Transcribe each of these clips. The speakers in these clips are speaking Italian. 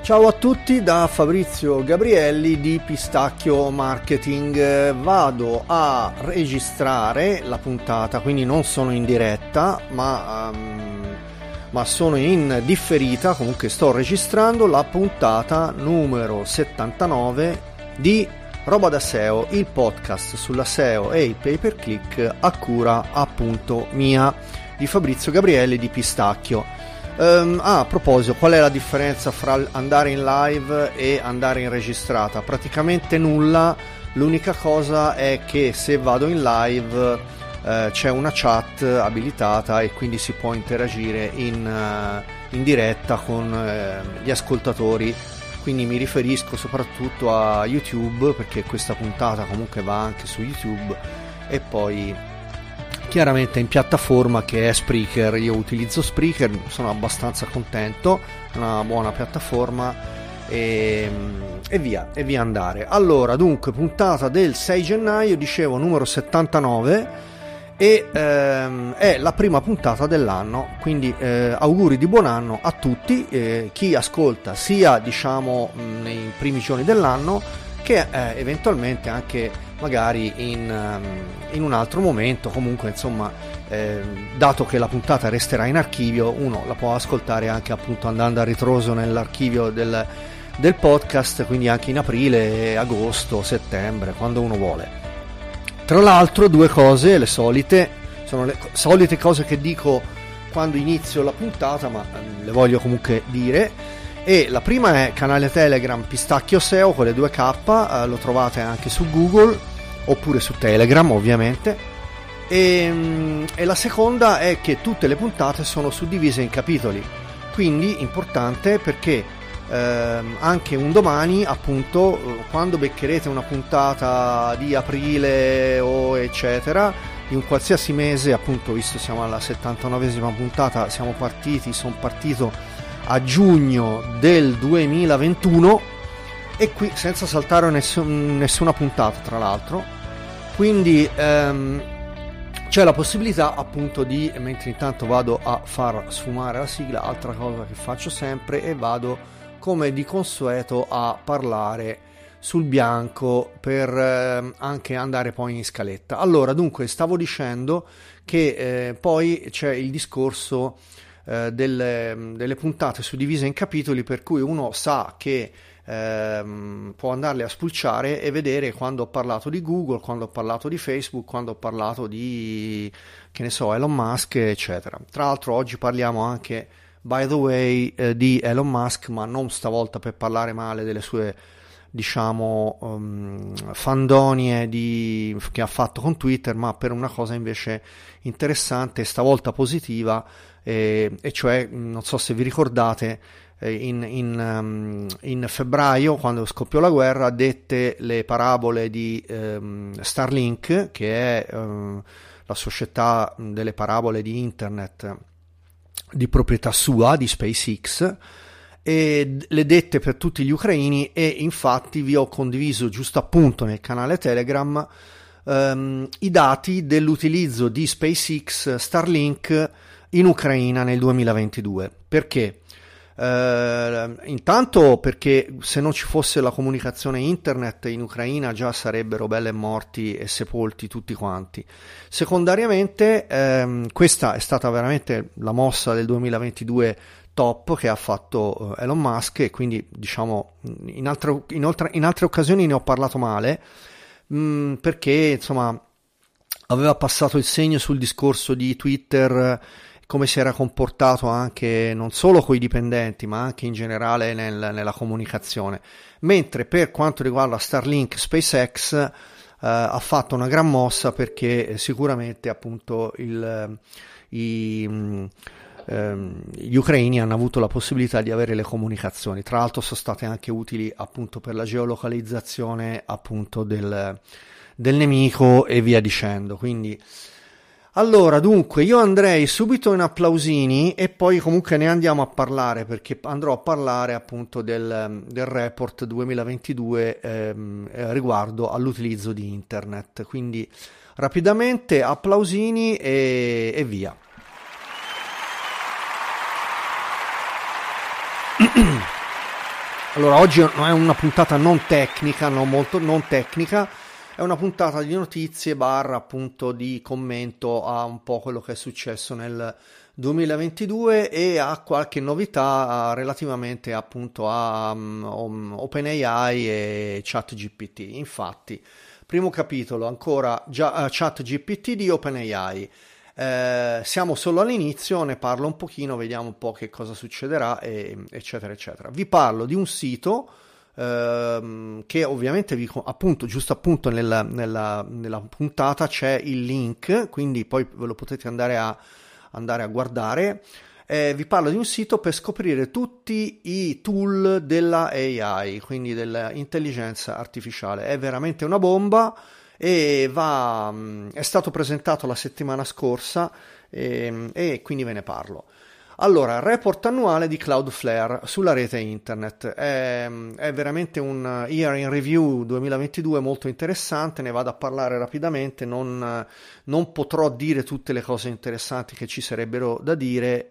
Ciao a tutti da Fabrizio Gabrielli di Pistacchio Marketing. Vado a registrare la puntata, quindi non sono in diretta, ma sono in differita. Comunque sto registrando la puntata numero 79 di Roba da SEO, il podcast sulla SEO e il pay per click a cura appunto mia, di Fabrizio Gabrielli di Pistacchio. A proposito, qual è la differenza fra andare in live e andare in registrata? Praticamente nulla. L'unica cosa è che se vado in live c'è una chat abilitata e quindi si può interagire in diretta con gli ascoltatori. Quindi mi riferisco soprattutto a YouTube, perché questa puntata comunque va anche su YouTube, e poi chiaramente in piattaforma che è Spreaker. Io utilizzo Spreaker, sono abbastanza contento, è una buona piattaforma e via andare. Allora, dunque, puntata del 6 gennaio, dicevo, numero 79, e è la prima puntata dell'anno, quindi auguri di buon anno a tutti, chi ascolta sia diciamo nei primi giorni dell'anno che eventualmente anche magari in un altro momento. Comunque insomma, dato che la puntata resterà in archivio, uno la può ascoltare anche appunto andando a ritroso nell'archivio del podcast, quindi anche in aprile, agosto, settembre, quando uno vuole. Tra l'altro, due cose, le solite, sono le solite cose che dico quando inizio la puntata, ma le voglio comunque dire. E la prima è canale Telegram Pistacchio SEO con le 2K, lo trovate anche su Google oppure su Telegram ovviamente, e la seconda è che tutte le puntate sono suddivise in capitoli, quindi importante, perché anche un domani appunto, quando beccherete una puntata di aprile o eccetera di un qualsiasi mese, appunto, visto siamo alla 79esima puntata, sono partito a giugno del 2021 e qui senza saltare nessuna puntata, tra l'altro, quindi c'è la possibilità appunto di, mentre intanto vado a far sfumare la sigla, altra cosa che faccio sempre, e vado come di consueto a parlare sul bianco per anche andare poi in scaletta. Allora, dunque, stavo dicendo che poi c'è il discorso delle puntate suddivise in capitoli, per cui uno sa che può andarle a spulciare e vedere quando ho parlato di Google, quando ho parlato di Facebook, quando ho parlato di, che ne so, Elon Musk, eccetera. Tra l'altro oggi parliamo anche, by the way, di Elon Musk, ma non stavolta per parlare male delle sue, diciamo, fandonie che ha fatto con Twitter, ma per una cosa invece interessante, stavolta positiva, e cioè, non so se vi ricordate, in febbraio, quando scoppiò la guerra, dette le parabole di Starlink, che è la società delle parabole di internet di proprietà sua, di SpaceX, e le dette per tutti gli ucraini, e infatti vi ho condiviso giusto appunto nel canale Telegram i dati dell'utilizzo di SpaceX Starlink in Ucraina nel 2022. Perché? Intanto perché se non ci fosse la comunicazione internet in Ucraina già sarebbero belli morti e sepolti tutti quanti. Secondariamente, questa è stata veramente la mossa del 2022 top che ha fatto Elon Musk, e quindi diciamo in altre occasioni ne ho parlato male, perché insomma aveva passato il segno sul discorso di Twitter, come si era comportato anche non solo con i dipendenti ma anche in generale nella comunicazione, mentre per quanto riguarda Starlink, SpaceX ha fatto una gran mossa, perché sicuramente appunto gli ucraini hanno avuto la possibilità di avere le comunicazioni. Tra l'altro sono state anche utili appunto per la geolocalizzazione appunto del nemico e via dicendo. Quindi allora, dunque, io andrei subito in applausini e poi comunque ne andiamo a parlare, perché andrò a parlare appunto del report 2022 riguardo all'utilizzo di internet. Quindi rapidamente applausini e via. Allora, oggi è una puntata non tecnica, non tecnica, è una puntata di notizie barra appunto di commento a un po' quello che è successo nel 2022 e a qualche novità relativamente appunto a OpenAI e ChatGPT. Infatti, primo capitolo, ancora già ChatGPT di OpenAI. Siamo solo all'inizio, ne parlo un pochino, vediamo un po' che cosa succederà, eccetera, eccetera. Vi parlo di un sito che ovviamente appunto, giusto appunto nella puntata c'è il link, quindi poi ve lo potete andare a guardare. Vi parlo di un sito per scoprire tutti i tool della AI, quindi dell'intelligenza artificiale. È veramente una bomba e è stato presentato la settimana scorsa e quindi ve ne parlo. Allora, report annuale di Cloudflare sulla rete internet è veramente un Year in Review 2022 molto interessante, ne vado a parlare rapidamente, non potrò dire tutte le cose interessanti che ci sarebbero da dire,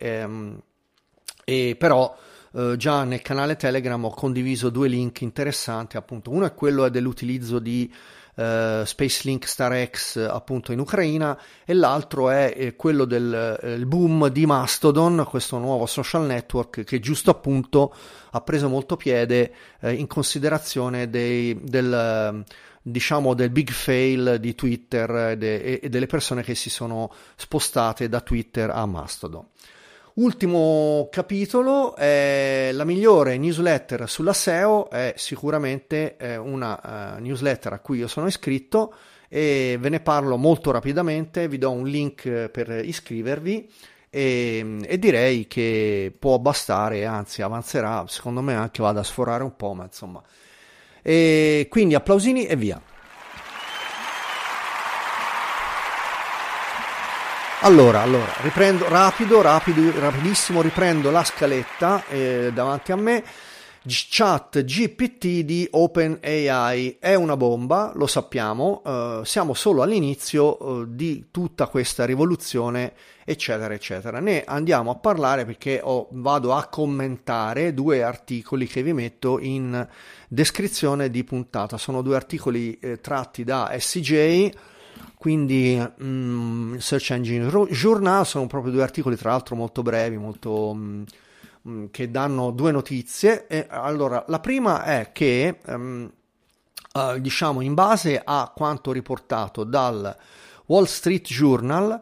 però già nel canale Telegram ho condiviso due link interessanti, appunto uno è quello dell'utilizzo di SpaceLink StarX appunto in Ucraina e l'altro è quello del boom di Mastodon, questo nuovo social network che giusto appunto ha preso molto piede in considerazione del big fail di Twitter e delle persone che si sono spostate da Twitter a Mastodon. Ultimo capitolo, la migliore newsletter sulla SEO è sicuramente una newsletter a cui io sono iscritto e ve ne parlo molto rapidamente, vi do un link per iscrivervi e direi che può bastare, anzi avanzerà, secondo me anche vado a sforare un po', ma insomma. E quindi applausini e via. Allora, riprendo rapidissimo, riprendo la scaletta davanti a me. ChatGPT di OpenAI è una bomba, lo sappiamo, siamo solo all'inizio di tutta questa rivoluzione, eccetera, eccetera. Ne andiamo a parlare perché vado a commentare due articoli che vi metto in descrizione di puntata. Sono due articoli tratti da SCJ, quindi Search Engine Journal, sono proprio due articoli tra l'altro molto brevi, che danno due notizie. E allora, la prima è che diciamo in base a quanto riportato dal Wall Street Journal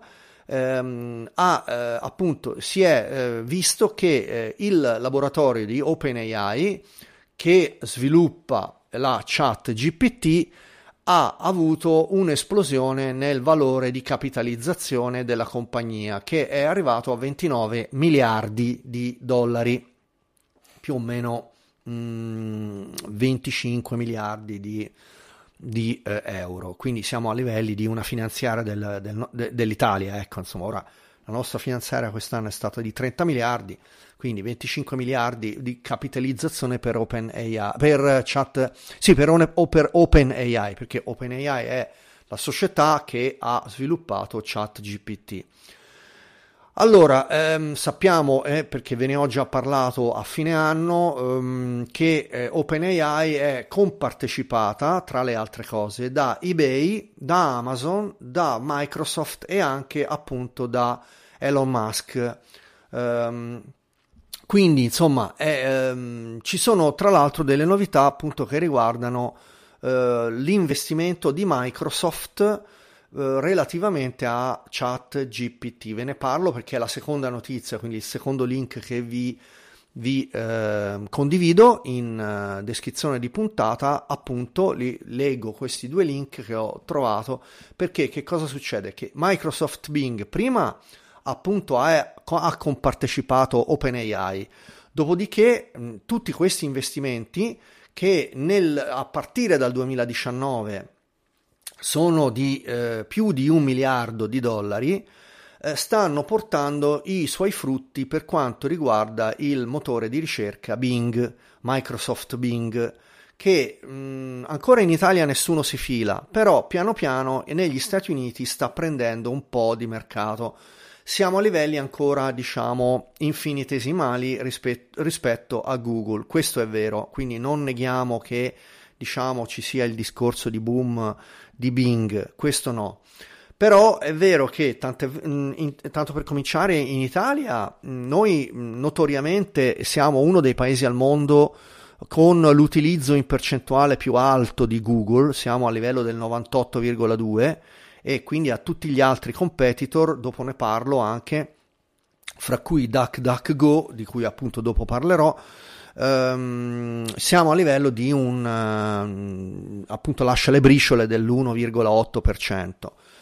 appunto si è visto che il laboratorio di OpenAI che sviluppa la ChatGPT ha avuto un'esplosione nel valore di capitalizzazione della compagnia, che è arrivato a 29 miliardi di dollari, più o meno 25 miliardi di euro. Quindi siamo a livelli di una finanziaria dell'Italia. Ecco, insomma, ora la nostra finanziaria quest'anno è stata di 30 miliardi, quindi 25 miliardi di capitalizzazione per OpenAI, per OpenAI, perché OpenAI è la società che ha sviluppato ChatGPT. Allora, sappiamo, perché ve ne ho già parlato a fine anno, che OpenAI è compartecipata, tra le altre cose, da eBay, da Amazon, da Microsoft e anche appunto da Elon Musk. Quindi insomma ci sono tra l'altro delle novità appunto che riguardano l'investimento di Microsoft relativamente a ChatGPT. Ve ne parlo perché è la seconda notizia, quindi il secondo link che vi condivido in descrizione di puntata. Appunto leggo questi due link che ho trovato, perché che cosa succede? Che Microsoft Bing prima appunto ha compartecipato OpenAI, dopodiché tutti questi investimenti che a partire dal 2019 sono di più di $1 miliardo, stanno portando i suoi frutti per quanto riguarda il motore di ricerca Bing, Microsoft Bing, che ancora in Italia nessuno si fila, però piano piano negli Stati Uniti sta prendendo un po' di mercato. siamo a livelli ancora, diciamo, infinitesimali rispetto a Google. Questo è vero, quindi non neghiamo che, diciamo, ci sia il discorso di boom di Bing, questo no. Però è vero che, tanto per cominciare, in Italia noi notoriamente siamo uno dei paesi al mondo con l'utilizzo in percentuale più alto di Google, siamo a livello del 98,2%, e quindi a tutti gli altri competitor, dopo ne parlo anche, fra cui DuckDuckGo, di cui appunto dopo parlerò, siamo a livello di appunto lascia le briciole dell'1,8%.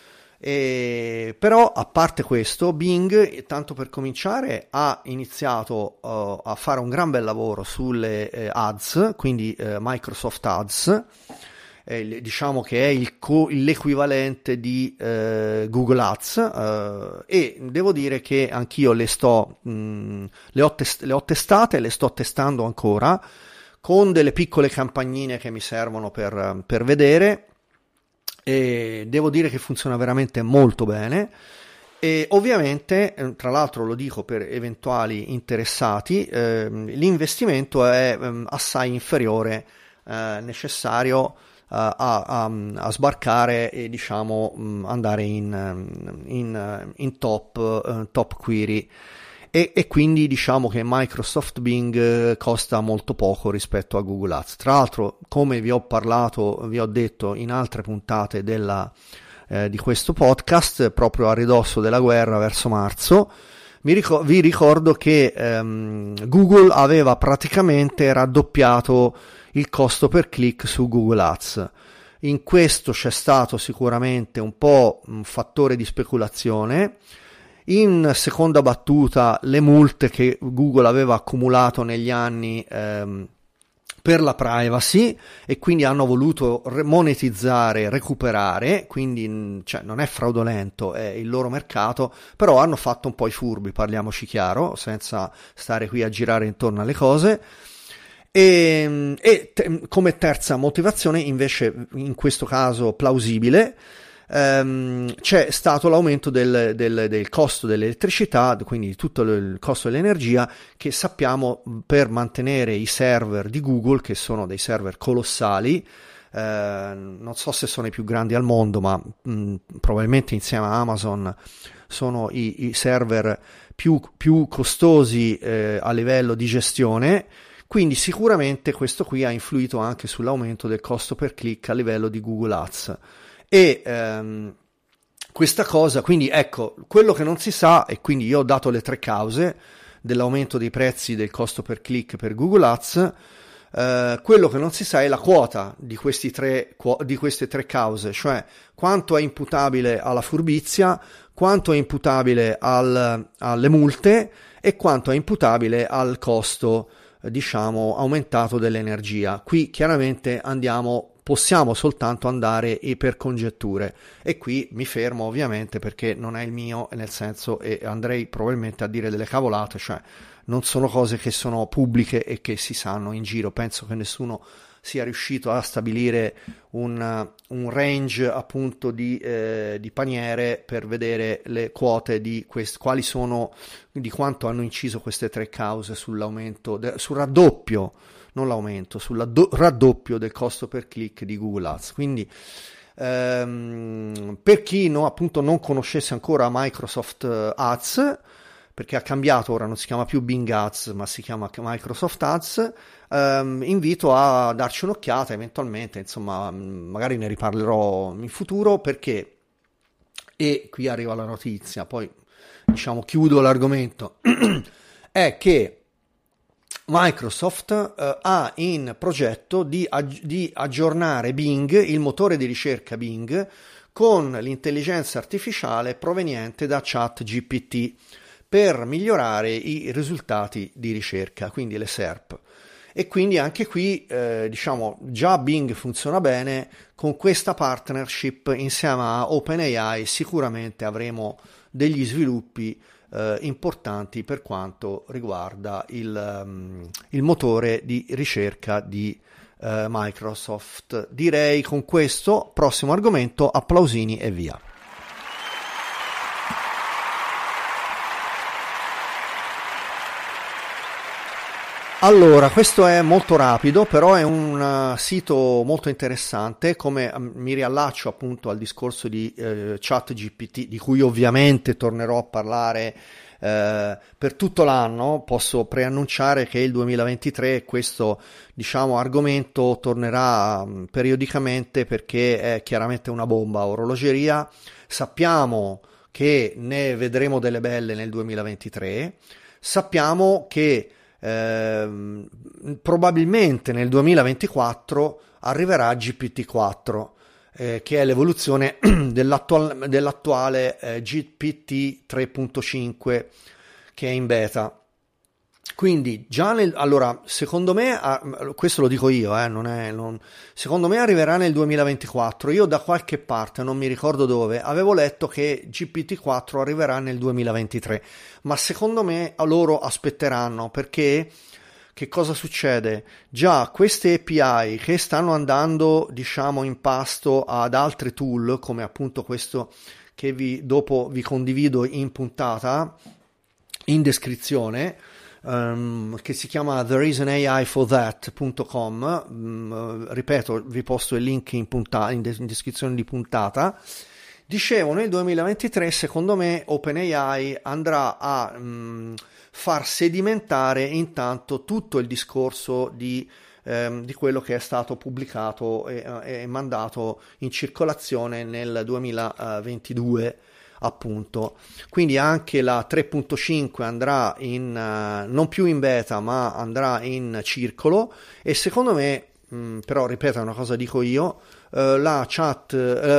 Però a parte questo, Bing, tanto per cominciare, ha iniziato a fare un gran bel lavoro sulle ads, quindi Microsoft Ads, diciamo che è l'equivalente di Google Ads, e devo dire che anch'io le ho testate, le sto testando ancora con delle piccole campagnine che mi servono per vedere, e devo dire che funziona veramente molto bene. E ovviamente, tra l'altro lo dico per eventuali interessati, l'investimento è assai inferiore necessario a sbarcare e, diciamo, andare in top query, e quindi diciamo che Microsoft Bing costa molto poco rispetto a Google Ads. Tra l'altro, come vi ho detto in altre puntate di questo podcast, proprio a ridosso della guerra verso marzo, vi ricordo che Google aveva praticamente raddoppiato il costo per click su Google Ads. In questo c'è stato sicuramente un po' un fattore di speculazione. In seconda battuta, le multe che Google aveva accumulato negli anni per la privacy, e quindi hanno voluto monetizzare, recuperare, quindi cioè, non è fraudolento, è il loro mercato, però hanno fatto un po' i furbi, parliamoci chiaro, senza stare qui a girare intorno alle cose. Come terza motivazione, invece, in questo caso plausibile, c'è stato l'aumento del costo dell'elettricità, quindi tutto il costo dell'energia, che sappiamo, per mantenere i server di Google, che sono dei server colossali, non so se sono i più grandi al mondo, ma probabilmente insieme a Amazon sono i server più costosi a livello di gestione. Quindi sicuramente questo qui ha influito anche sull'aumento del costo per click a livello di Google Ads. E questa cosa, quindi ecco, quello che non si sa, e quindi io ho dato le 3 cause dell'aumento dei prezzi del costo per click per Google Ads, quello che non si sa è la quota di queste 3 cause, cioè quanto è imputabile alla furbizia, quanto è imputabile alle multe e quanto è imputabile al costo, diciamo, aumentato dell'energia. Qui chiaramente possiamo soltanto andare per congetture, e qui mi fermo ovviamente perché non è il mio, nel senso, e andrei probabilmente a dire delle cavolate, cioè non sono cose che sono pubbliche e che si sanno in giro. Penso che nessuno sia riuscito a stabilire un range appunto di paniere per vedere le quote di quali sono, di quanto hanno inciso queste 3 cause sull'aumento, sul raddoppio, non l'aumento, sul raddoppio del costo per click di Google Ads. Quindi per chi appunto non conoscesse ancora Microsoft Ads, perché ha cambiato, ora non si chiama più Bing Ads ma si chiama Microsoft Ads, invito a darci un'occhiata eventualmente, insomma, magari ne riparlerò in futuro, perché, e qui arriva la notizia, poi diciamo chiudo l'argomento, è che Microsoft ha in progetto di aggiornare Bing, il motore di ricerca Bing, con l'intelligenza artificiale proveniente da ChatGPT, per migliorare i risultati di ricerca, quindi le SERP. E quindi anche qui, diciamo, già Bing funziona bene. Con questa partnership insieme a OpenAI sicuramente avremo degli sviluppi importanti per quanto riguarda il motore di ricerca di Microsoft. Direi con questo, prossimo argomento, applausini e via. Allora, questo è molto rapido, però è un sito molto interessante, come mi riallaccio appunto al discorso di ChatGPT, di cui ovviamente tornerò a parlare per tutto l'anno. Posso preannunciare che il 2023 questo, diciamo, argomento tornerà periodicamente, perché è chiaramente una bomba a orologeria. Sappiamo che ne vedremo delle belle nel 2023, sappiamo che probabilmente nel 2024 arriverà GPT-4, che è l'evoluzione dell'attuale GPT 3.5 che è in beta. Quindi già allora, secondo me, questo lo dico io, secondo me arriverà nel 2024. Io da qualche parte, non mi ricordo dove, avevo letto che GPT-4 arriverà nel 2023, ma secondo me loro aspetteranno, perché che cosa succede? Già queste API che stanno andando, diciamo, in pasto ad altri tool, come appunto questo che dopo vi condivido in puntata, in descrizione, che si chiama thereasanaiforthat.com. Ripeto, vi posto il link in descrizione di puntata. Dicevo, nel 2023 secondo me OpenAI andrà a far sedimentare intanto tutto il discorso di quello che è stato pubblicato e mandato in circolazione nel 2022, appunto. Quindi anche la 3.5 andrà non più in beta, ma andrà in circolo, e secondo me, però ripeto, è una cosa dico io, la chat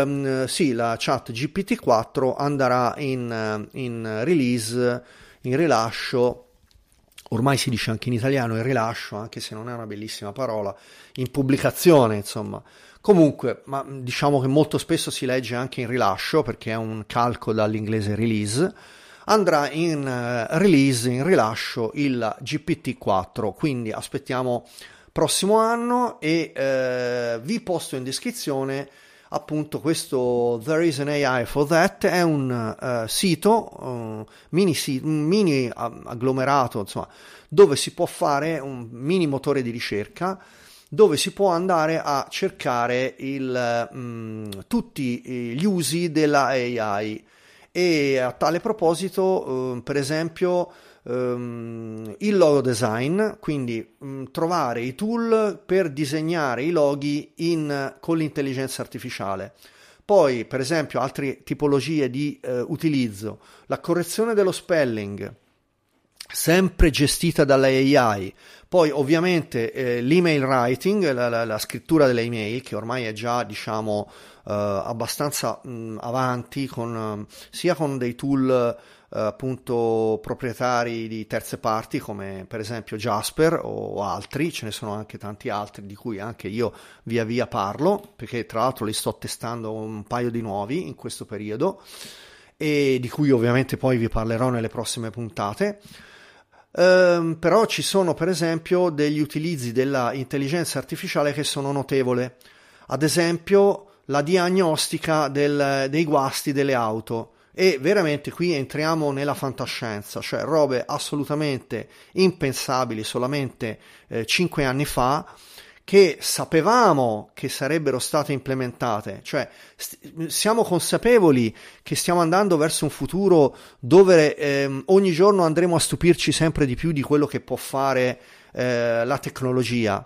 GPT-4 andrà in release, in rilascio. Ormai si dice anche in italiano il rilascio, anche se non è una bellissima parola, in pubblicazione, insomma. Comunque, ma diciamo che molto spesso si legge anche in rilascio, perché è un calco dall'inglese release. Andrà in release, in rilascio, il GPT-4, quindi aspettiamo prossimo anno, e vi posto in descrizione appunto questo There is an AI for that. È un sito, mini agglomerato, insomma, dove si può fare un mini motore di ricerca, dove si può andare a cercare tutti gli usi della AI. E a tale proposito, per esempio, il logo design, quindi trovare i tool per disegnare i loghi con l'intelligenza artificiale. Poi, per esempio, altre tipologie di utilizzo: la correzione dello spelling, sempre gestita dalla AI. Poi ovviamente l'email writing, la scrittura delle email, che ormai è già, diciamo, abbastanza avanti, sia con dei tool appunto proprietari di terze parti, come per esempio Jasper o altri. Ce ne sono anche tanti altri di cui anche io via via parlo, perché tra l'altro li sto testando un paio di nuovi in questo periodo, e di cui ovviamente poi vi parlerò nelle prossime puntate. Però ci sono per esempio degli utilizzi della intelligenza artificiale che sono notevoli. Ad esempio la diagnostica dei guasti delle auto, e veramente qui entriamo nella fantascienza, cioè robe assolutamente impensabili solamente 5 anni fa, che sapevamo che sarebbero state implementate. Cioè siamo consapevoli che stiamo andando verso un futuro dove ogni giorno andremo a stupirci sempre di più di quello che può fare la tecnologia,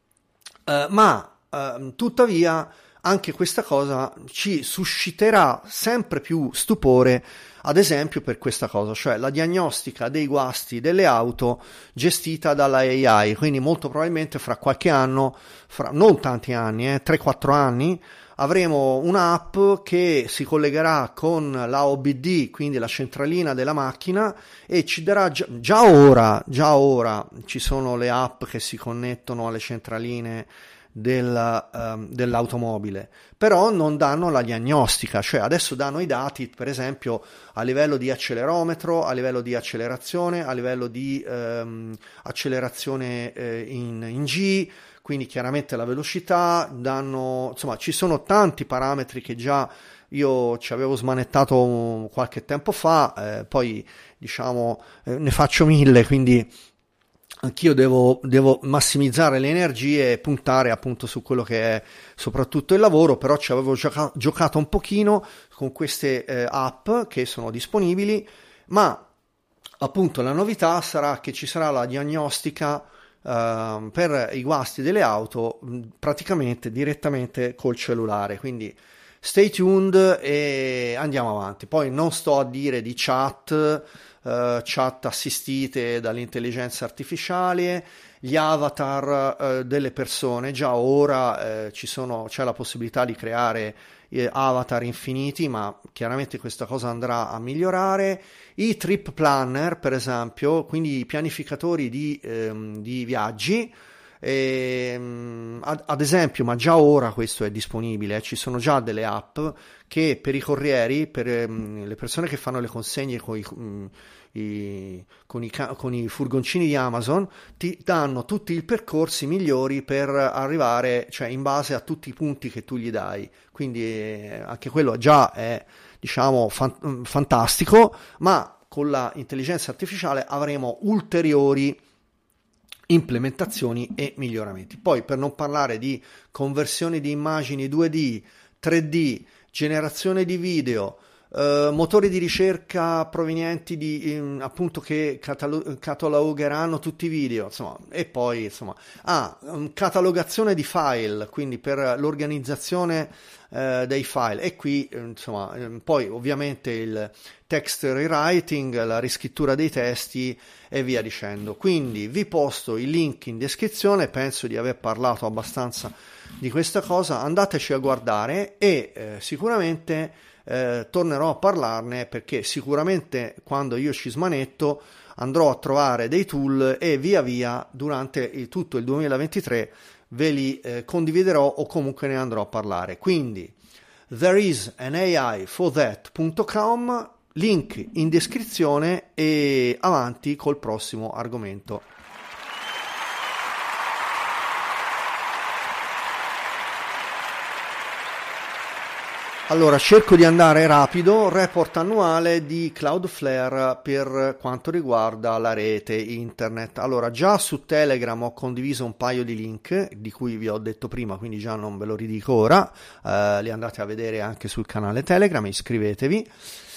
ma tuttavia anche questa cosa ci susciterà sempre più stupore, ad esempio per questa cosa, cioè la diagnostica dei guasti delle auto gestita dalla AI. Quindi molto probabilmente fra qualche anno, non tanti anni, 3-4 anni, avremo un'app che si collegherà con la OBD, quindi la centralina della macchina, e ci darà già ora ci sono le app che si connettono alle centraline dell'automobile, però non danno la diagnostica. Cioè adesso danno i dati, per esempio a livello di accelerometro, a livello di accelerazione, a livello di accelerazione in G, quindi chiaramente la velocità, insomma ci sono tanti parametri che già io ci avevo smanettato qualche tempo fa, poi diciamo ne faccio 1000, quindi anch'io devo massimizzare le energie e puntare appunto su quello che è soprattutto il lavoro, però ci avevo giocato un pochino con queste app che sono disponibili, ma appunto la novità sarà che ci sarà la diagnostica per i guasti delle auto praticamente direttamente col cellulare, quindi stay tuned e andiamo avanti. Poi non sto a dire di chat assistite dall'intelligenza artificiale, gli avatar delle persone, già ora c'è la possibilità di creare avatar infiniti, ma chiaramente questa cosa andrà a migliorare. I trip planner, per esempio, quindi i pianificatori di viaggi, ad esempio, ma già ora questo è disponibile, ci sono già delle app che per i corrieri, per le persone che fanno le consegne con i furgoncini di Amazon, ti danno tutti i percorsi migliori per arrivare, cioè in base a tutti i punti che tu gli dai. Quindi anche quello già è, diciamo, fantastico, ma con la intelligenza artificiale avremo ulteriori implementazioni e miglioramenti. Poi, per non parlare di conversioni di immagini 2D, 3D, generazione di video, motori di ricerca provenienti appunto che catalogheranno tutti i video, insomma, e poi insomma catalogazione di file, quindi per l'organizzazione dei file, e qui insomma poi ovviamente il text rewriting, la riscrittura dei testi e via dicendo. Quindi vi posto il link in descrizione, penso di aver parlato abbastanza di questa cosa, andateci a guardare e sicuramente tornerò a parlarne, perché sicuramente quando io ci smanetto andrò a trovare dei tool e via via durante tutto il 2023 ve li condividerò o comunque ne andrò a parlare. Quindi thereisanaIforthat.com, link in descrizione, e avanti col prossimo argomento. Allora, cerco di andare rapido. Report annuale di Cloudflare per quanto riguarda la rete internet. Allora, già su Telegram ho condiviso un paio di link di cui vi ho detto prima, quindi già non ve lo ridico ora, li andate a vedere anche sul canale Telegram, iscrivetevi.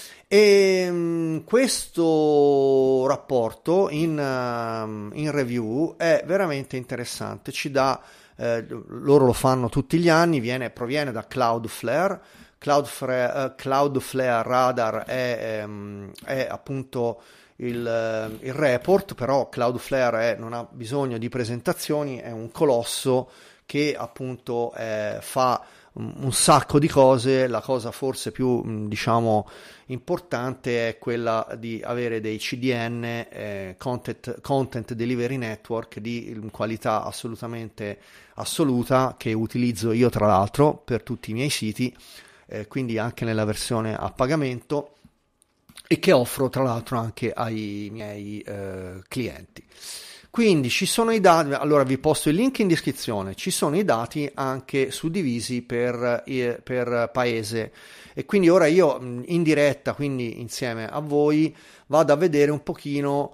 E questo rapporto in review è veramente interessante, ci dà, loro lo fanno tutti gli anni, proviene da Cloudflare. Cloudflare Radar è appunto il report, però Cloudflare non ha bisogno di presentazioni, è un colosso che appunto fa un sacco di cose. La cosa forse più diciamo importante è quella di avere dei CDN, Content Delivery Network, di qualità assolutamente assoluta, che utilizzo io tra l'altro per tutti i miei siti, quindi anche nella versione a pagamento, e che offro tra l'altro anche ai miei clienti. Quindi ci sono i dati, allora vi posto il link in descrizione, ci sono i dati anche suddivisi per paese, e quindi ora io in diretta, quindi insieme a voi, vado a vedere un pochino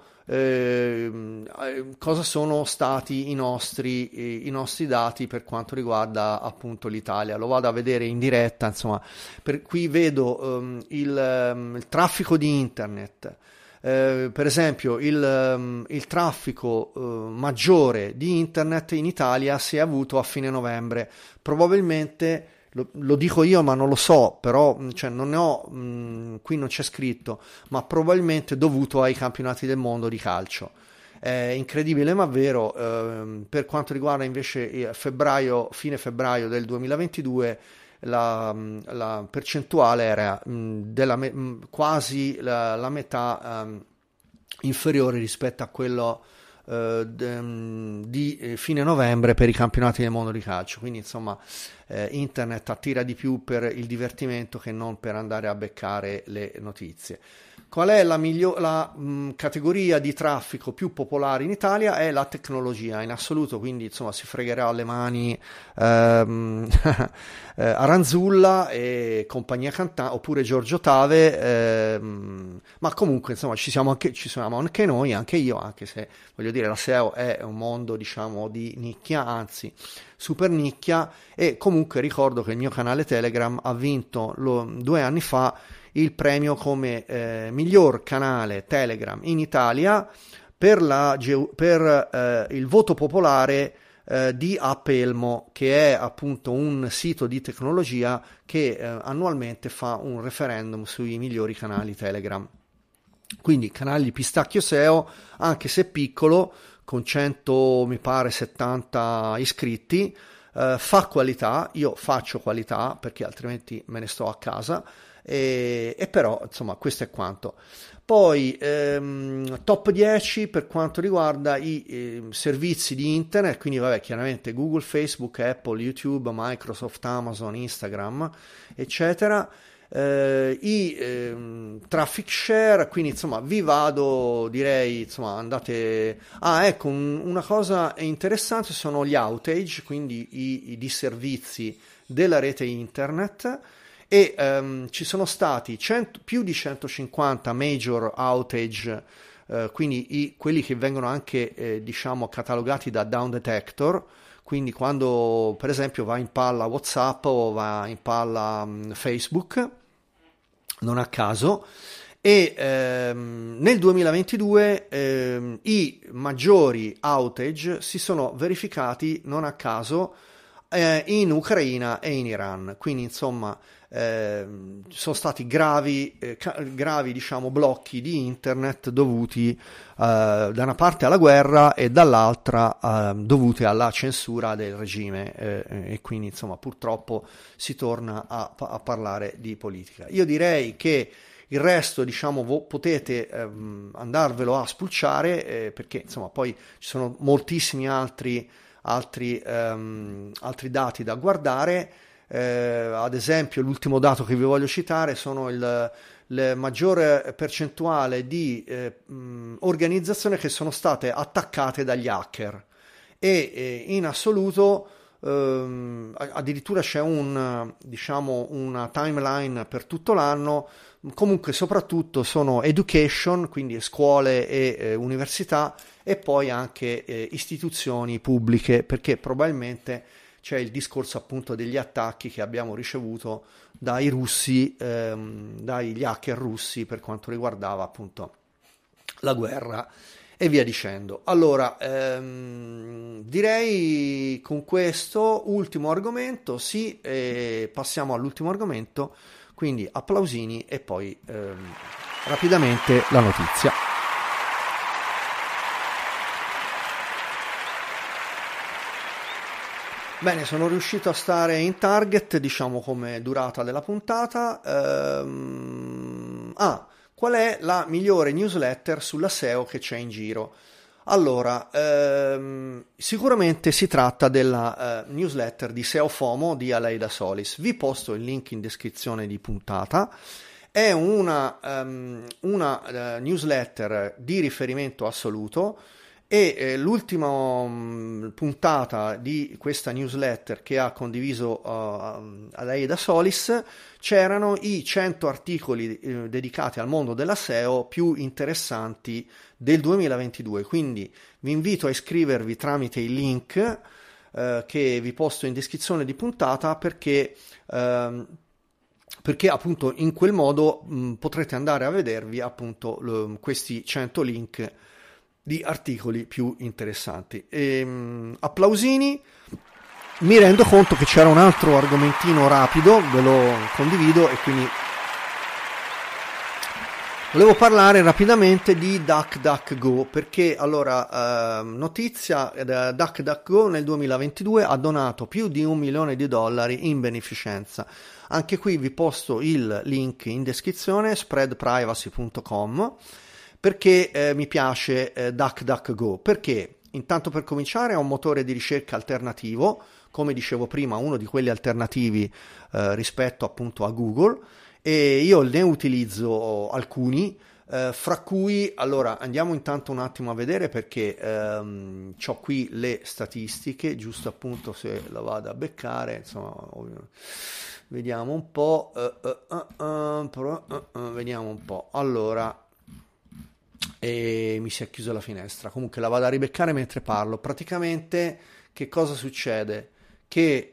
cosa sono stati i nostri dati per quanto riguarda appunto l'Italia. Lo vado a vedere in diretta, insomma, qui vedo il traffico di internet. Per esempio il traffico maggiore di internet in Italia si è avuto a fine novembre, probabilmente lo dico io ma non lo so, però cioè, non ne ho, qui non c'è scritto, ma probabilmente dovuto ai campionati del mondo di calcio. È incredibile ma vero. Per quanto riguarda invece fine febbraio del 2022, la percentuale era quasi la metà inferiore rispetto a quello di fine novembre per i campionati del mondo di calcio. Quindi insomma internet attira di più per il divertimento che non per andare a beccare le notizie. Qual è la categoria di traffico più popolare in Italia? È la tecnologia in assoluto, quindi insomma si fregherà le mani Aranzulla e compagnia cantante, oppure Giorgio Tave, ma comunque insomma ci siamo anche noi, anche io, anche se voglio dire la SEO è un mondo diciamo di nicchia, anzi super nicchia, e comunque ricordo che il mio canale Telegram ha vinto 2 anni fa il premio come miglior canale Telegram in Italia per il voto popolare di Appelmo, che è appunto un sito di tecnologia che annualmente fa un referendum sui migliori canali Telegram. Quindi canale di Pistacchio SEO, anche se piccolo, con 100 mi pare 70 iscritti, fa qualità, io faccio qualità perché altrimenti me ne sto a casa. E però insomma questo è quanto. Poi top 10 per quanto riguarda i servizi di internet, quindi vabbè, chiaramente Google, Facebook, Apple, YouTube, Microsoft, Amazon, Instagram, eccetera. I traffic share, quindi insomma vi vado, direi insomma andate. Ecco, una cosa interessante sono gli outage, quindi i disservizi della rete internet. E ci sono stati più di 150 major outage, quindi quelli che vengono anche diciamo catalogati da Down Detector, quindi quando per esempio va in palla WhatsApp o va in palla Facebook, non a caso. E nel 2022 i maggiori outage si sono verificati non a caso in Ucraina e in Iran, quindi insomma sono stati gravi diciamo blocchi di internet dovuti da una parte alla guerra e dall'altra dovuti alla censura del regime, e quindi insomma purtroppo si torna a parlare di politica. Io direi che il resto diciamo potete andarvelo a spulciare, perché insomma poi ci sono moltissimi altri dati da guardare. Ad esempio l'ultimo dato che vi voglio citare sono la maggiore percentuale di organizzazioni che sono state attaccate dagli hacker, e in assoluto addirittura c'è una timeline per tutto l'anno. Comunque soprattutto sono education, quindi scuole e università, e poi anche istituzioni pubbliche, perché probabilmente c'è il discorso appunto degli attacchi che abbiamo ricevuto dai russi, dagli hacker russi, per quanto riguardava appunto la guerra e via dicendo. Allora, direi con questo ultimo argomento, sì, passiamo all'ultimo argomento, quindi applausini e poi rapidamente la notizia. Bene, sono riuscito a stare in target, diciamo, come durata della puntata. Qual è la migliore newsletter sulla SEO che c'è in giro? Allora, sicuramente si tratta della newsletter di SEO FOMO di Aleida Solis. Vi posto il link in descrizione di puntata. È una newsletter di riferimento assoluto, e l'ultima puntata di questa newsletter che ha condiviso Aleida Solis, c'erano i 100 articoli dedicati al mondo della SEO più interessanti del 2022, quindi vi invito a iscrivervi tramite il link che vi posto in descrizione di puntata, perché appunto in quel modo potrete andare a vedervi appunto questi 100 link di articoli più interessanti. Applausini. Mi rendo conto che c'era un altro argomentino rapido, ve lo condivido, e quindi volevo parlare rapidamente di DuckDuckGo, perché allora notizia, DuckDuckGo nel 2022 ha donato più di $1 milione in beneficenza. Anche qui vi posto il link in descrizione, spreadprivacy.com. Perché mi piace DuckDuckGo? Perché intanto per cominciare è un motore di ricerca alternativo, come dicevo prima, uno di quelli alternativi rispetto appunto a Google, e io ne utilizzo alcuni, fra cui, allora andiamo intanto un attimo a vedere perché ho qui le statistiche, giusto appunto se la vado a beccare, insomma, vediamo un po', vediamo un po', allora, e mi si è chiusa la finestra, comunque la vado a ribeccare mentre parlo. Praticamente che cosa succede? Che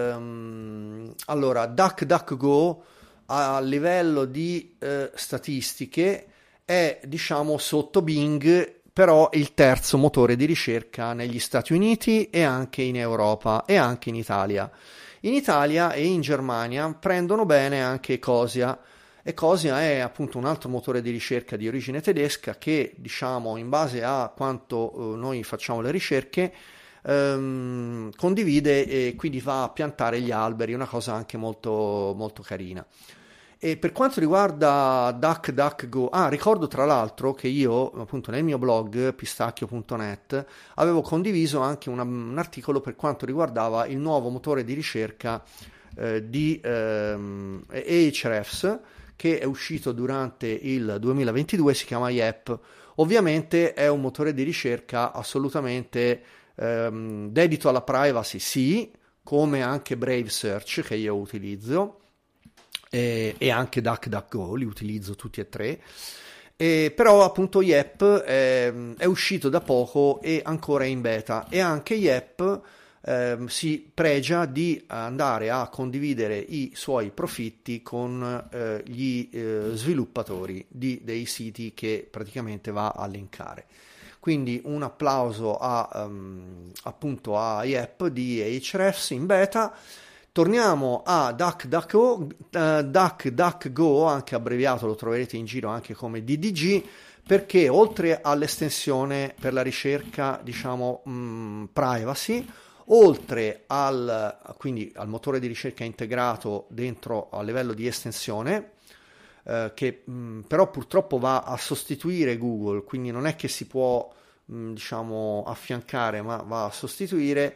allora DuckDuckGo a livello di statistiche è, diciamo, sotto Bing, però il terzo motore di ricerca negli Stati Uniti e anche in Europa e anche in Italia. In Italia e in Germania prendono bene anche Ecosia. Ecosia è appunto un altro motore di ricerca di origine tedesca che, diciamo, in base a quanto noi facciamo le ricerche, condivide e quindi va a piantare gli alberi, una cosa anche molto, molto carina. E per quanto riguarda DuckDuckGo, ricordo tra l'altro che io appunto nel mio blog pistacchio.net avevo condiviso anche un articolo per quanto riguardava il nuovo motore di ricerca di Ahrefs, che è uscito durante il 2022, si chiama YEP. Ovviamente è un motore di ricerca assolutamente dedito alla privacy, sì, come anche Brave Search che io utilizzo, e anche DuckDuckGo, li utilizzo tutti e tre. Però appunto YEP è uscito da poco e ancora è in beta, e anche YEP si pregia di andare a condividere i suoi profitti con gli sviluppatori dei siti che praticamente va a linkare. Quindi un applauso appunto a YEP di Ahrefs in beta. Torniamo a DuckDuckGo, DuckDuckGo, anche abbreviato, lo troverete in giro anche come DDG, perché oltre all'estensione per la ricerca, diciamo, privacy, oltre quindi al motore di ricerca integrato dentro a livello di estensione, che però purtroppo va a sostituire Google, quindi non è che si può, diciamo, affiancare, ma va a sostituire.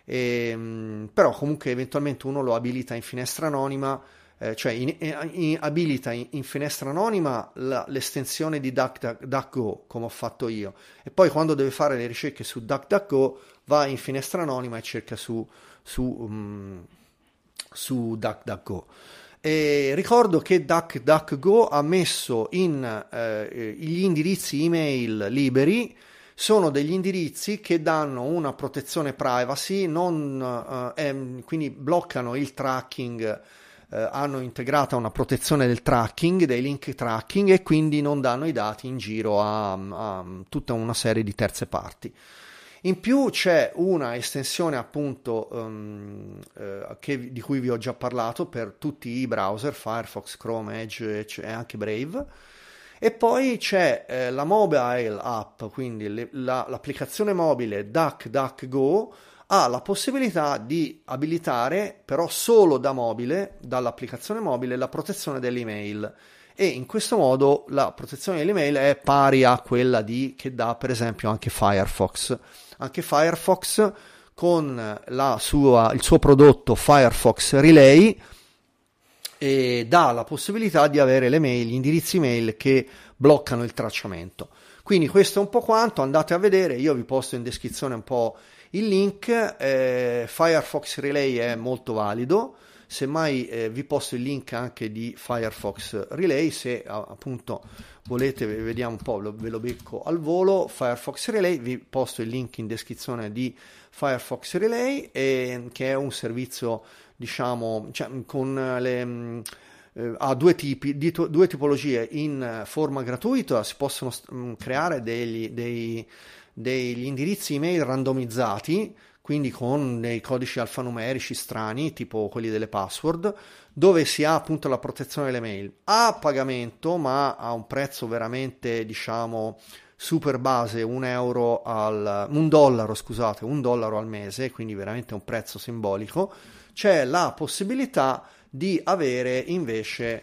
Però comunque eventualmente uno lo abilita in finestra anonima, cioè abilita in finestra anonima l'estensione di DuckDuckGo, come ho fatto io, e poi quando deve fare le ricerche su DuckDuckGo va in finestra anonima e cerca su DuckDuckGo. E ricordo che DuckDuckGo ha messo gli indirizzi email liberi. Sono degli indirizzi che danno una protezione privacy, quindi bloccano il tracking, hanno integrata una protezione del tracking, dei link tracking, e quindi non danno i dati in giro a tutta una serie di terze parti. In più c'è una estensione appunto di cui vi ho già parlato per tutti i browser, Firefox, Chrome, Edge e anche Brave. E poi c'è la mobile app, quindi l'applicazione mobile DuckDuckGo ha la possibilità di abilitare, però solo da mobile, dall'applicazione mobile, la protezione dell'email. E in questo modo la protezione dell'email è pari a quella che dà per esempio anche Firefox. Anche Firefox con il suo prodotto Firefox Relay e dà la possibilità di avere gli indirizzi email che bloccano il tracciamento. Quindi questo è un po' quanto, andate a vedere, io vi posto in descrizione un po' il link. Firefox Relay è molto valido, semmai vi posto il link anche di Firefox Relay, se appunto volete, vediamo un po', ve lo becco al volo. Firefox Relay, vi posto il link in descrizione di Firefox Relay, che è un servizio, diciamo, con ha due tipologie. In forma gratuita si possono creare degli indirizzi email randomizzati, quindi con dei codici alfanumerici strani, tipo quelli delle password, dove si ha appunto la protezione delle mail a pagamento, ma a un prezzo veramente, diciamo, super base, $1 al mese, quindi veramente un prezzo simbolico. C'è la possibilità di avere invece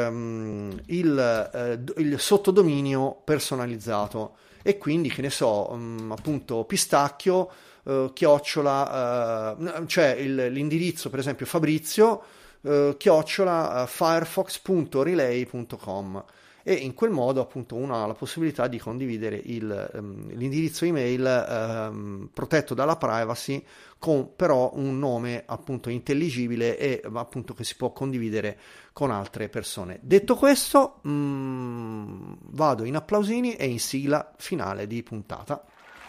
il sottodominio personalizzato, e quindi, che ne so, appunto pistacchio chiocciola, cioè l'indirizzo per esempio Fabrizio chiocciola firefox.relay.com, e in quel modo appunto uno ha la possibilità di condividere l'indirizzo email protetto dalla privacy, con però un nome appunto intelligibile e appunto che si può condividere con altre persone. Detto questo, vado in applausini e in sigla finale di puntata.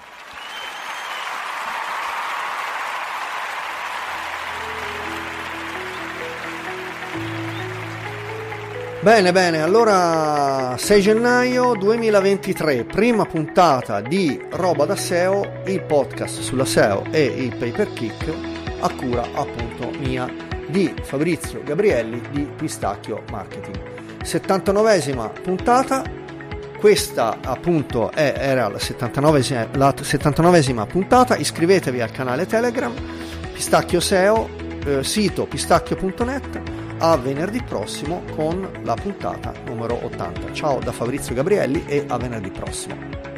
Bene, allora 6 gennaio 2023, prima puntata di Roba da SEO, il podcast sulla SEO e il pay per click, a cura appunto mia, di Fabrizio Gabrielli di Pistacchio Marketing. 79esima puntata, questa appunto era la 79esima puntata. Iscrivetevi al canale Telegram Pistacchio SEO, sito pistacchio.net. A venerdì prossimo con la puntata numero 80. Ciao da Fabrizio Gabrielli e a venerdì prossimo.